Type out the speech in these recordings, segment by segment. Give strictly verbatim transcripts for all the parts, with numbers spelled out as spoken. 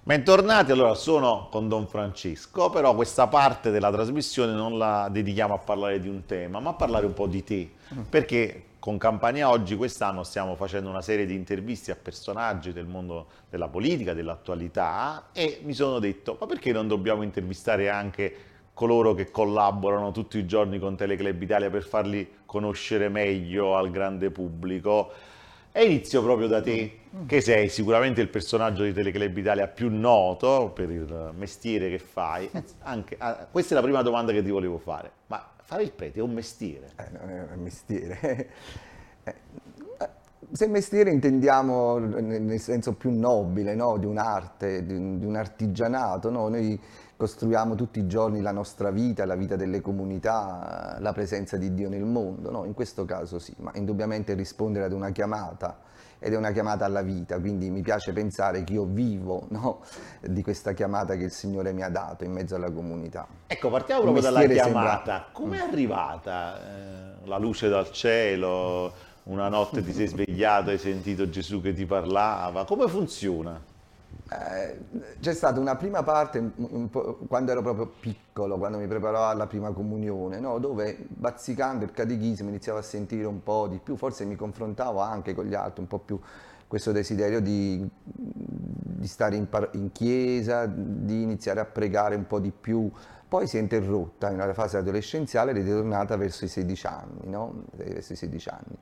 Bentornati, allora sono con Don Francesco, però questa parte della trasmissione non la dedichiamo a parlare di un tema, ma a parlare un po' di te, perché con Campania Oggi quest'anno stiamo facendo una serie di interviste a personaggi del mondo della politica, dell'attualità e mi sono detto, ma perché non dobbiamo intervistare anche coloro che collaborano tutti i giorni con Teleclub Italia per farli conoscere meglio al grande pubblico? E inizio proprio da te, che sei sicuramente il personaggio di Teleclub Italia più noto per il mestiere che fai. Eh, Anche, ah, questa è la prima domanda che ti volevo fare. Ma fare il prete è un mestiere? Eh, non è un mestiere. Eh, Se mestiere intendiamo nel nel senso più nobile, no? Di un'arte, di un, di un artigianato, no? Noi costruiamo tutti i giorni la nostra vita, la vita delle comunità, la presenza di Dio nel mondo, no? In questo caso sì, ma indubbiamente rispondere ad una chiamata, ed è una chiamata alla vita, quindi mi piace pensare che io vivo, no? Di questa chiamata che il Signore mi ha dato in mezzo alla comunità. Ecco, partiamo Un proprio dalla mestiere chiamata. sembra... Come è arrivata eh, la luce dal cielo? Una notte ti sei svegliato, hai sentito Gesù che ti parlava? Come funziona? Eh, c'è stata una prima parte un- un po' quando ero proprio piccolo, quando mi preparavo alla prima comunione, no? Dove bazzicando il catechismo iniziavo a sentire un po' di più, forse mi confrontavo anche con gli altri, un po' più questo desiderio di, di stare in, par- in chiesa, di iniziare a pregare un po' di più. Poi si è interrotta in una fase adolescenziale ed è tornata verso i sedici anni, no? Verso i sedici anni.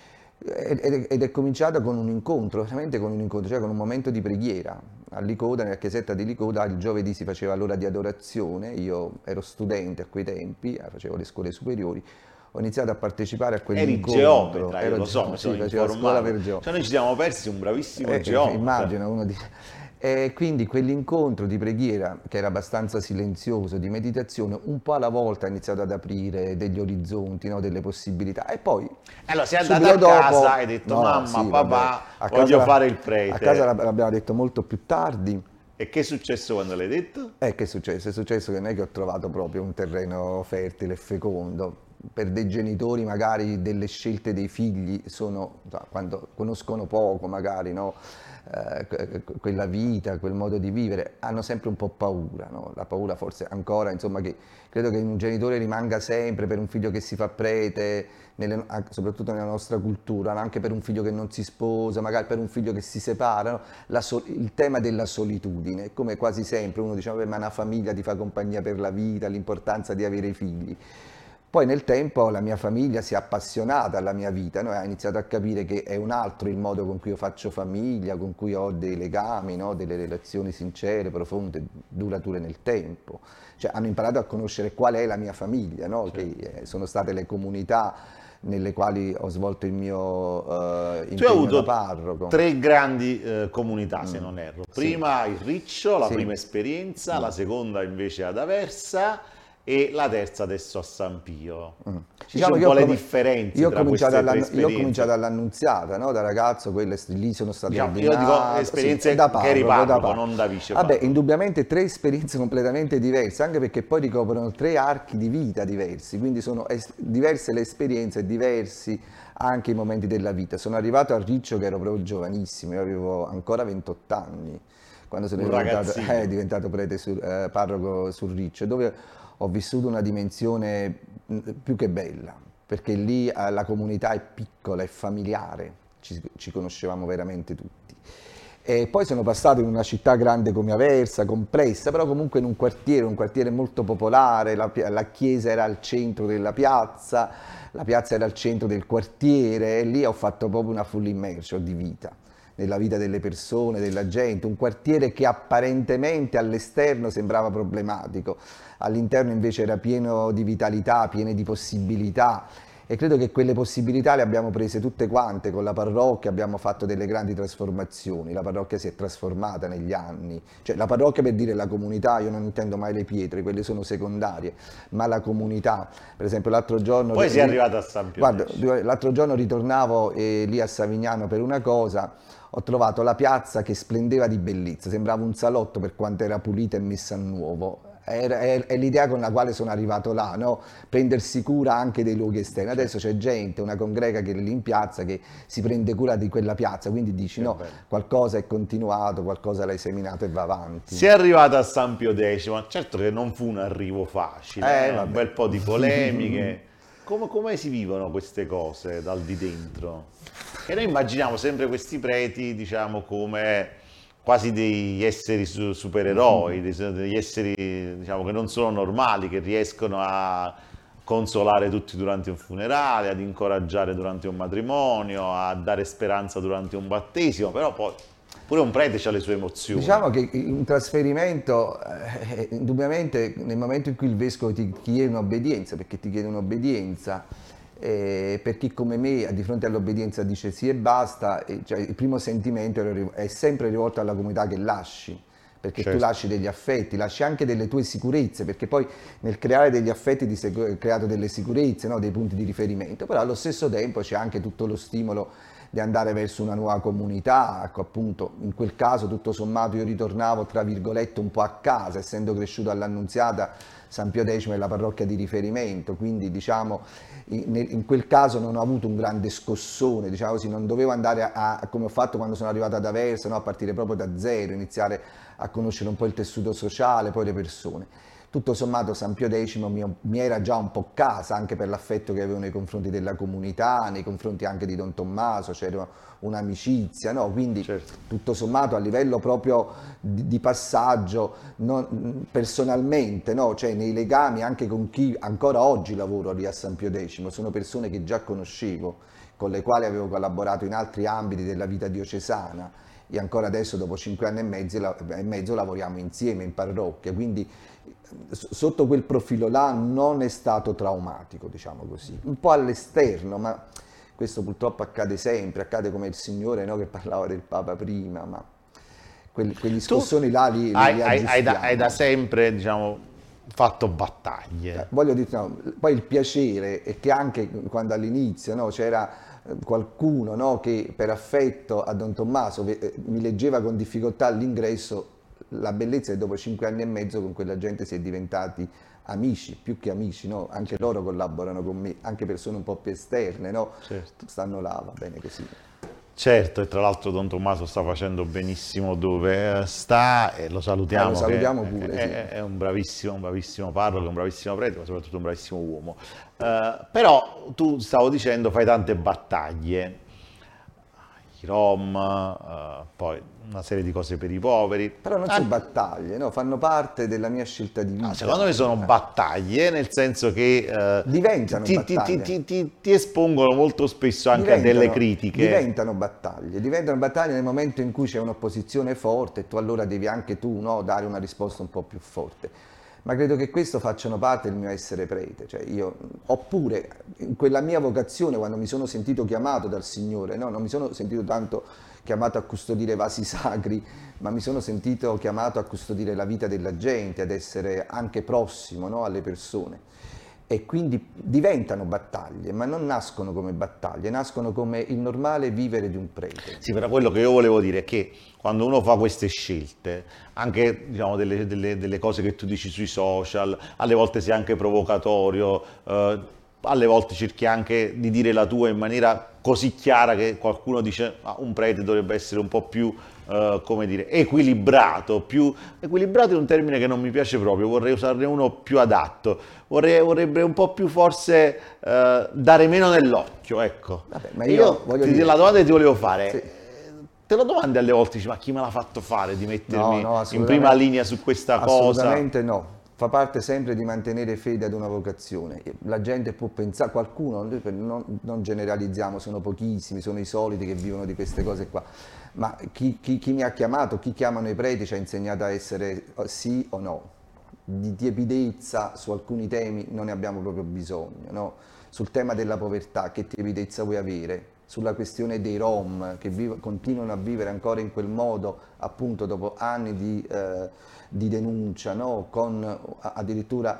Ed è, ed è cominciata con un incontro, veramente con un incontro, cioè con un momento di preghiera. A Licoda, nella chiesetta di Licoda, il giovedì si faceva l'ora di adorazione, io ero studente a quei tempi, eh, facevo le scuole superiori, ho iniziato a partecipare a Eri quell'incontro. geometra, io Ero lo so, mi geo- sono sì, facevo la scuola informato. per Cioè geometri. noi ci siamo persi un bravissimo Eh, eh, geometra. immagino, uno di... E quindi quell'incontro di preghiera, che era abbastanza silenzioso, di meditazione, un po' alla volta ha iniziato ad aprire degli orizzonti, no, delle possibilità. E poi, Allora sei andata subito a dopo, casa, hai detto no, mamma, sì, papà, vabbè, a voglio casa, fare il a casa prete. l'abbiamo detto molto più tardi. E che è successo quando l'hai detto? E che è successo? È successo che non è che ho trovato proprio un terreno fertile e fecondo. Per dei genitori magari delle scelte dei figli sono, quando conoscono poco magari, no? Eh, que- quella vita, quel modo di vivere, hanno sempre un po' paura, no? La paura forse ancora, insomma, che credo che un genitore rimanga sempre per un figlio che si fa prete, nelle- anche- soprattutto nella nostra cultura, no? Anche per un figlio che non si sposa, magari per un figlio che si separa, no? La so- il tema della solitudine, come quasi sempre uno dice, "Vabbè, ma una famiglia ti fa compagnia per la vita, l'importanza di avere figli." Poi nel tempo la mia famiglia si è appassionata alla mia vita, no? Ha iniziato a capire che è un altro il modo con cui io faccio famiglia, con cui ho dei legami, no? Delle relazioni sincere, profonde, durature nel tempo. Cioè hanno imparato a conoscere qual è la mia famiglia, no? Che eh, sono state le comunità nelle quali ho svolto il mio eh, Tu hai impegno da avuto parroco. tre grandi eh, comunità, se non erro. Sì, Prima il Riccio, la sì. prima esperienza, la seconda invece ad Aversa e la terza adesso a San Pio. Ci dice Diciamo un che po' io ho, le comi- differenze io ho tra cominciato queste tre all'annu- io ho cominciato esperienze? all'Annunziata, no? Da ragazzo, quelle, lì sono stato Diciamo, io dico ordinato, sì, esperienze da che eri parroco, da parroco, parroco. non da vice Vabbè, parroco. indubbiamente tre esperienze completamente diverse, anche perché poi ricoprono tre archi di vita diversi, quindi sono es- diverse le esperienze, diversi anche i momenti della vita. Sono arrivato a Riccio che ero proprio giovanissimo, io avevo ancora ventotto anni quando sono Un diventato, eh, ragazzino. diventato prete sul- eh, parroco sul Riccio, dove ho vissuto una dimensione mh, più che bella, perché lì eh, la comunità è piccola, è familiare, ci, ci conoscevamo veramente tutti. E poi sono passato in una città grande come Aversa, complessa, però comunque in un quartiere, un quartiere molto popolare, la, pi- la chiesa era al centro della piazza, la piazza era al centro del quartiere e lì ho fatto proprio una full immersion di vita, nella vita delle persone, della gente, un quartiere che apparentemente all'esterno sembrava problematico, all'interno invece era pieno di vitalità, pieno di possibilità e credo che quelle possibilità le abbiamo prese tutte quante con la parrocchia, abbiamo fatto delle grandi trasformazioni, la parrocchia si è trasformata negli anni, cioè la parrocchia per dire la comunità, io non intendo mai le pietre, quelle sono secondarie, ma la comunità, per esempio l'altro giorno... Poi sei arrivato a San Pio Guarda, X. l'altro giorno ritornavo eh, lì a Savignano per una cosa, ho trovato la piazza che splendeva di bellezza, sembrava un salotto per quanto era pulita e messa a nuovo. È, è, è l'idea con la quale sono arrivato là, no? Prendersi cura anche dei luoghi esterni. Adesso c'è gente, una congrega che è lì in piazza che si prende cura di quella piazza, quindi dici Che no, bello. qualcosa è continuato, qualcosa l'hai seminato e va avanti. Si è arrivata a San Pio X, certo che non fu un arrivo facile, Eh, eh, un vabbè. bel po' di polemiche. Come, come si vivono queste cose dal di dentro? E noi immaginiamo sempre questi preti, diciamo, come quasi degli esseri su- supereroi, dei- degli esseri, diciamo, che non sono normali, che riescono a consolare tutti durante un funerale, ad incoraggiare durante un matrimonio, a dare speranza durante un battesimo, però poi pure un prete ha le sue emozioni. Diciamo che un trasferimento, eh, indubbiamente nel momento in cui il vescovo ti chiede un'obbedienza, perché ti chiede un'obbedienza, eh, per chi come me di fronte all'obbedienza dice sì e basta, eh, cioè, il primo sentimento è sempre rivolto alla comunità che lasci, perché Certo. tu lasci degli affetti, lasci anche delle tue sicurezze, perché poi nel creare degli affetti ti sei creato delle sicurezze, no? Dei punti di riferimento, però allo stesso tempo c'è anche tutto lo stimolo di andare verso una nuova comunità, ecco appunto in quel caso tutto sommato io ritornavo tra virgolette un po' a casa, essendo cresciuto all'Annunziata, San Pio X è la parrocchia di riferimento, quindi diciamo in, in quel caso non ho avuto un grande scossone, diciamo così, non dovevo andare a, a come ho fatto quando sono arrivato ad Aversa, no? A partire proprio da zero, iniziare a conoscere un po' il tessuto sociale, poi le persone. Tutto sommato San Pio X mi, mi era già un po' casa, anche per l'affetto che avevo nei confronti della comunità, nei confronti anche di Don Tommaso, c'era un'amicizia, no? Quindi Certo. tutto sommato a livello proprio di, di passaggio, non, personalmente, no? Cioè nei legami anche con chi ancora oggi lavoro lì a San Pio X, sono persone che già conoscevo, con le quali avevo collaborato in altri ambiti della vita diocesana, e ancora adesso dopo cinque anni e mezzo, e mezzo lavoriamo insieme in parrocchia, quindi sotto quel profilo là non è stato traumatico, diciamo così, un po' all'esterno, ma questo purtroppo accade sempre, accade come il Signore, no? Che parlava del Papa prima, ma quelli, quegli scossoni là li, li hai, hai, hai, da, aggiustiamo. hai da sempre, diciamo, fatto battaglie. Voglio dire, no, poi il piacere è che anche quando all'inizio, no, c'era qualcuno, no, che per affetto a Don Tommaso mi leggeva con difficoltà all'ingresso, la bellezza è che dopo cinque anni e mezzo con quella gente si è diventati amici, più che amici, no? Anche certo. Loro collaborano con me, anche persone un po' più esterne, no? Certo. Stanno là, va bene così. Certo, e tra l'altro Don Tommaso sta facendo benissimo dove sta e lo salutiamo, eh, lo salutiamo pure, è, sì. è, è un bravissimo, un bravissimo parroco, un bravissimo prete, ma soprattutto un bravissimo uomo. Uh, però tu, stavo dicendo, fai tante battaglie, i Rom, uh, poi una serie di cose per i poveri. Però non ah, sono battaglie, no? Fanno parte della mia scelta di vita. No, secondo me sono battaglie, nel senso che uh, diventano ti, battaglie. Ti, ti, ti, ti espongono molto spesso anche diventano, a delle critiche. Diventano battaglie, diventano battaglie nel momento in cui c'è un'opposizione forte e tu allora devi anche tu, no, dare una risposta un po' più forte. Ma credo che questo facciano parte del mio essere prete, cioè io, oppure in quella mia vocazione, quando mi sono sentito chiamato dal Signore, no? Non mi sono sentito tanto chiamato a custodire vasi sacri, ma mi sono sentito chiamato a custodire la vita della gente, ad essere anche prossimo, no? Alle persone. E quindi diventano battaglie, ma non nascono come battaglie, nascono come il normale vivere di un prete. Sì, però quello che io volevo dire è che quando uno fa queste scelte, anche diciamo, delle, delle, delle cose che tu dici sui social, alle volte sei anche provocatorio, eh, alle volte cerchi anche di dire la tua in maniera così chiara che qualcuno dice ah, un prete dovrebbe essere un po' più, eh, come dire, equilibrato, più equilibrato è un termine che non mi piace proprio, vorrei usarne uno più adatto, vorrei, vorrebbe un po' più forse eh, dare meno nell'occhio, ecco. Vabbè, ma io, io voglio ti, dire... la domanda che ti volevo fare, Sì. te lo domandi alle volte, dici, ma chi me l'ha fatto fare di mettermi no, no, in prima linea su questa cosa? Assolutamente no. Fa parte sempre di mantenere fede ad una vocazione. La gente può pensare, qualcuno, non, non generalizziamo, sono pochissimi, sono i soliti che vivono di queste cose qua, ma chi, chi, chi mi ha chiamato, chi chiamano i preti ci ha insegnato a essere sì o no. Di tiepidezza su alcuni temi non ne abbiamo proprio bisogno, no? Sul tema della povertà, che tiepidezza vuoi avere? sulla questione dei Rom che vive, continuano a vivere ancora in quel modo, appunto dopo anni di, eh, di denuncia, no? Con addirittura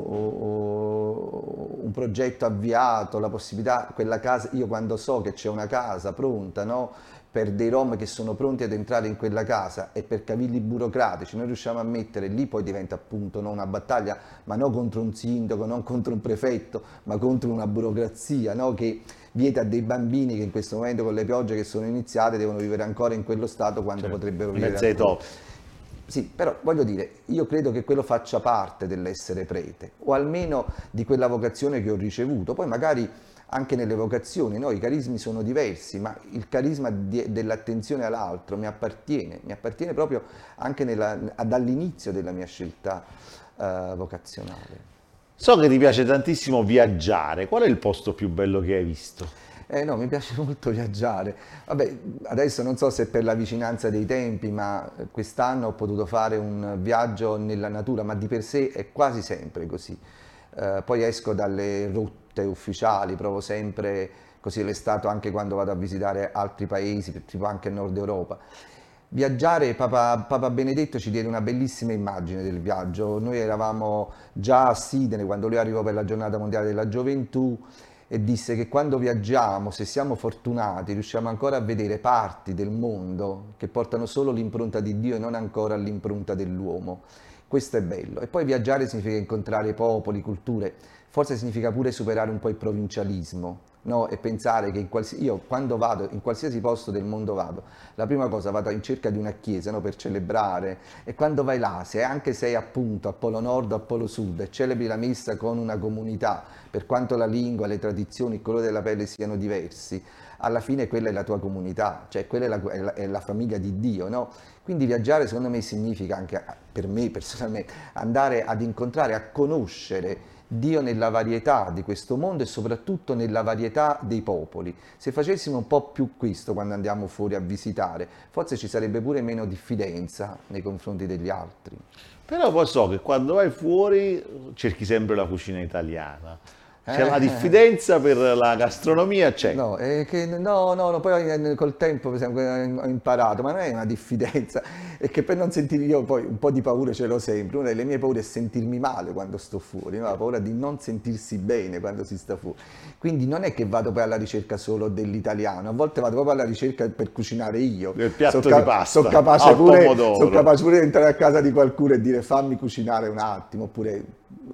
un progetto avviato, la possibilità, quella casa, io quando so che c'è una casa pronta, no? Per dei Rom che sono pronti ad entrare in quella casa e per cavilli burocratici noi riusciamo a mettere lì, poi diventa appunto non una battaglia, ma non contro un sindaco, non contro un prefetto, ma contro una burocrazia, no? Che vieta a dei bambini che in questo momento con le piogge che sono iniziate devono vivere ancora in quello stato quando certo, potrebbero vivere ancora. Sì, però voglio dire, io credo che quello faccia parte dell'essere prete, o almeno di quella vocazione che ho ricevuto. Poi magari anche nelle vocazioni, no? I carismi sono diversi, ma il carisma dell'attenzione all'altro mi appartiene, mi appartiene proprio anche nella, dall'inizio della mia scelta uh, vocazionale. So che ti piace tantissimo viaggiare, qual è il posto più bello che hai visto? Eh no, mi piace molto viaggiare. Vabbè, adesso non so se per la vicinanza dei tempi, ma quest'anno ho potuto fare un viaggio nella natura, ma di per sé è quasi sempre così. Uh, poi esco dalle rotte ufficiali, provo sempre, così l'è stato anche quando vado a visitare altri paesi, tipo anche il Nord Europa. Viaggiare, Papa, Papa Benedetto ci diede una bellissima immagine del viaggio. Noi eravamo già a Sidene quando lui arrivò per la giornata mondiale della gioventù e disse che quando viaggiamo, se siamo fortunati, riusciamo ancora a vedere parti del mondo che portano solo l'impronta di Dio e non ancora l'impronta dell'uomo. Questo è bello. E poi viaggiare significa incontrare popoli, culture, forse significa pure superare un po' il provincialismo, no? E pensare che in qualsiasi, io quando vado, in qualsiasi posto del mondo vado, la prima cosa vado in cerca di una chiesa, no? Per celebrare, e quando vai là, se anche sei appunto a Polo Nord o a Polo Sud e celebri la messa con una comunità, per quanto la lingua, le tradizioni, il colore della pelle siano diversi, alla fine quella è la tua comunità, cioè quella è la, è la, è la famiglia di Dio, no? Quindi viaggiare secondo me significa anche, per me personalmente, andare ad incontrare, a conoscere Dio nella varietà di questo mondo e soprattutto nella varietà dei popoli. Se facessimo un po' più questo quando andiamo fuori a visitare, forse ci sarebbe pure meno diffidenza nei confronti degli altri. Però poi so che quando vai fuori cerchi sempre la cucina italiana. C'è Eh. una diffidenza per la gastronomia? C'è. No, è che, no, no, no, poi col tempo per esempio, ho imparato, ma non è una diffidenza, è che per non sentire, io poi un po' di paura ce l'ho sempre, una delle mie paure è sentirmi male quando sto fuori, no? La paura di non sentirsi bene quando si sta fuori. Quindi non è che vado poi alla ricerca solo dell'italiano, a volte vado proprio alla ricerca per cucinare io. Del piatto so di pasta, Sono capace, pure, so capace pure di entrare a casa di qualcuno e dire fammi cucinare un attimo, oppure...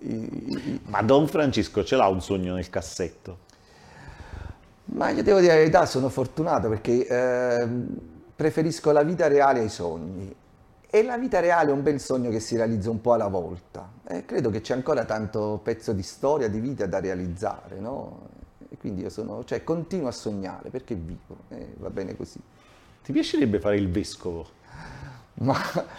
Ma Don Francesco ce l'ha un sogno nel cassetto? Ma io devo dire la verità, sono fortunato perché eh, preferisco la vita reale ai sogni e la vita reale è un bel sogno che si realizza un po' alla volta e credo che c'è ancora tanto pezzo di storia, di vita da realizzare, no? E quindi io sono, cioè, continuo a sognare perché vivo, eh, va bene così. Ti piacerebbe fare il vescovo? Ma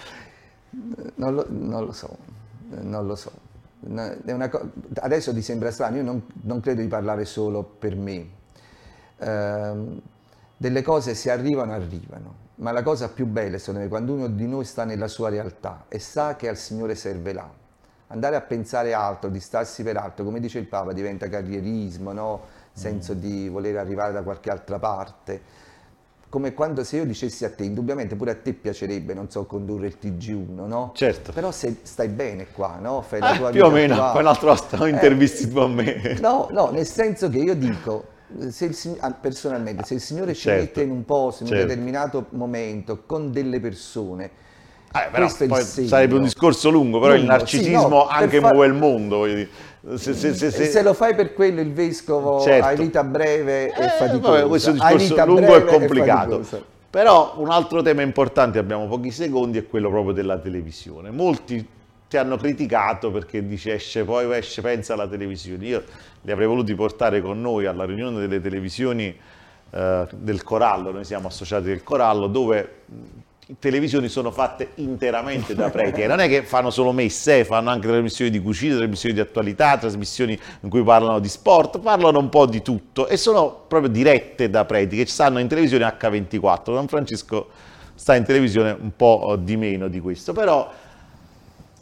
non lo, non lo so, non lo so. È una co- adesso ti sembra strano, io non, non credo di parlare solo per me, eh, delle cose se arrivano arrivano, ma la cosa più bella è quando uno di noi sta nella sua realtà e sa che al Signore serve là. Andare a pensare altro, di starsi per altro, come dice il Papa, diventa carrierismo, no? Senso mm. di voler arrivare da qualche altra parte. Come quando se io dicessi a te, indubbiamente pure a te piacerebbe, non so, condurre il T G uno, no? Certo. Però se stai bene qua, no? Fai la eh, tua più vita o meno, qua. poi l'altra volta intervisti tu a me. No, no, nel senso che io dico, se il, personalmente, se il Signore ci certo. mette in un posto, in certo. un determinato momento, con delle persone, eh, però, questo è il poi segno. Sarebbe un discorso lungo, però lungo, il narcisismo sì, no, anche far... muove il mondo, voglio dire. Se, se, se, se... se lo fai per quello il vescovo certo. hai vita breve e eh, faticosa. Vabbè, questo discorso lungo e complicato. Però un altro tema importante, abbiamo pochi secondi, è quello proprio della televisione. Molti ti hanno criticato perché dice esce, poi esce, pensa alla televisione. Io li avrei voluti portare con noi alla riunione delle televisioni eh, del Corallo, noi siamo associati del Corallo, dove televisioni sono fatte interamente da preti e non è che fanno solo messe, eh, fanno anche trasmissioni di cucina, trasmissioni di attualità, trasmissioni in cui parlano di sport, parlano un po' di tutto e sono proprio dirette da preti che stanno in televisione acca ventiquattro. Don Francesco sta in televisione un po' di meno di questo, però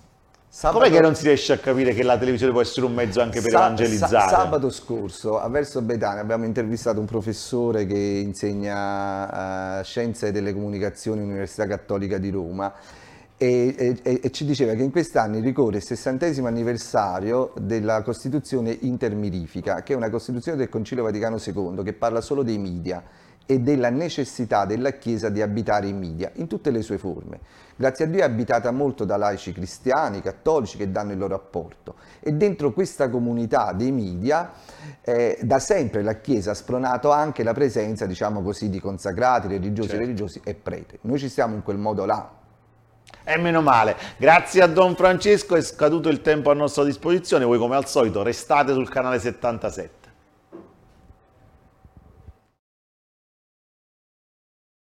Sabato, com'è che non si riesce a capire che la televisione può essere un mezzo anche per sa, evangelizzare? Sa, sabato scorso a Verso Betania abbiamo intervistato un professore che insegna uh, Scienze e Telecomunicazioni all'Università Cattolica di Roma e, e, e ci diceva che in quest'anno ricorre il sessantesimo anniversario della Costituzione intermirifica, che è una Costituzione del Concilio Vaticano secondo che parla solo dei media e della necessità della Chiesa di abitare i media in tutte le sue forme. Grazie a Dio è abitata molto da laici cristiani, cattolici che danno il loro apporto e dentro questa comunità dei media eh, da sempre la Chiesa ha spronato anche la presenza, diciamo così, di consacrati, religiosi, certo. religiosi e prete. Noi ci stiamo in quel modo là. E meno male, grazie a Don Francesco, è scaduto il tempo a nostra disposizione, voi come al solito restate sul canale settantasette.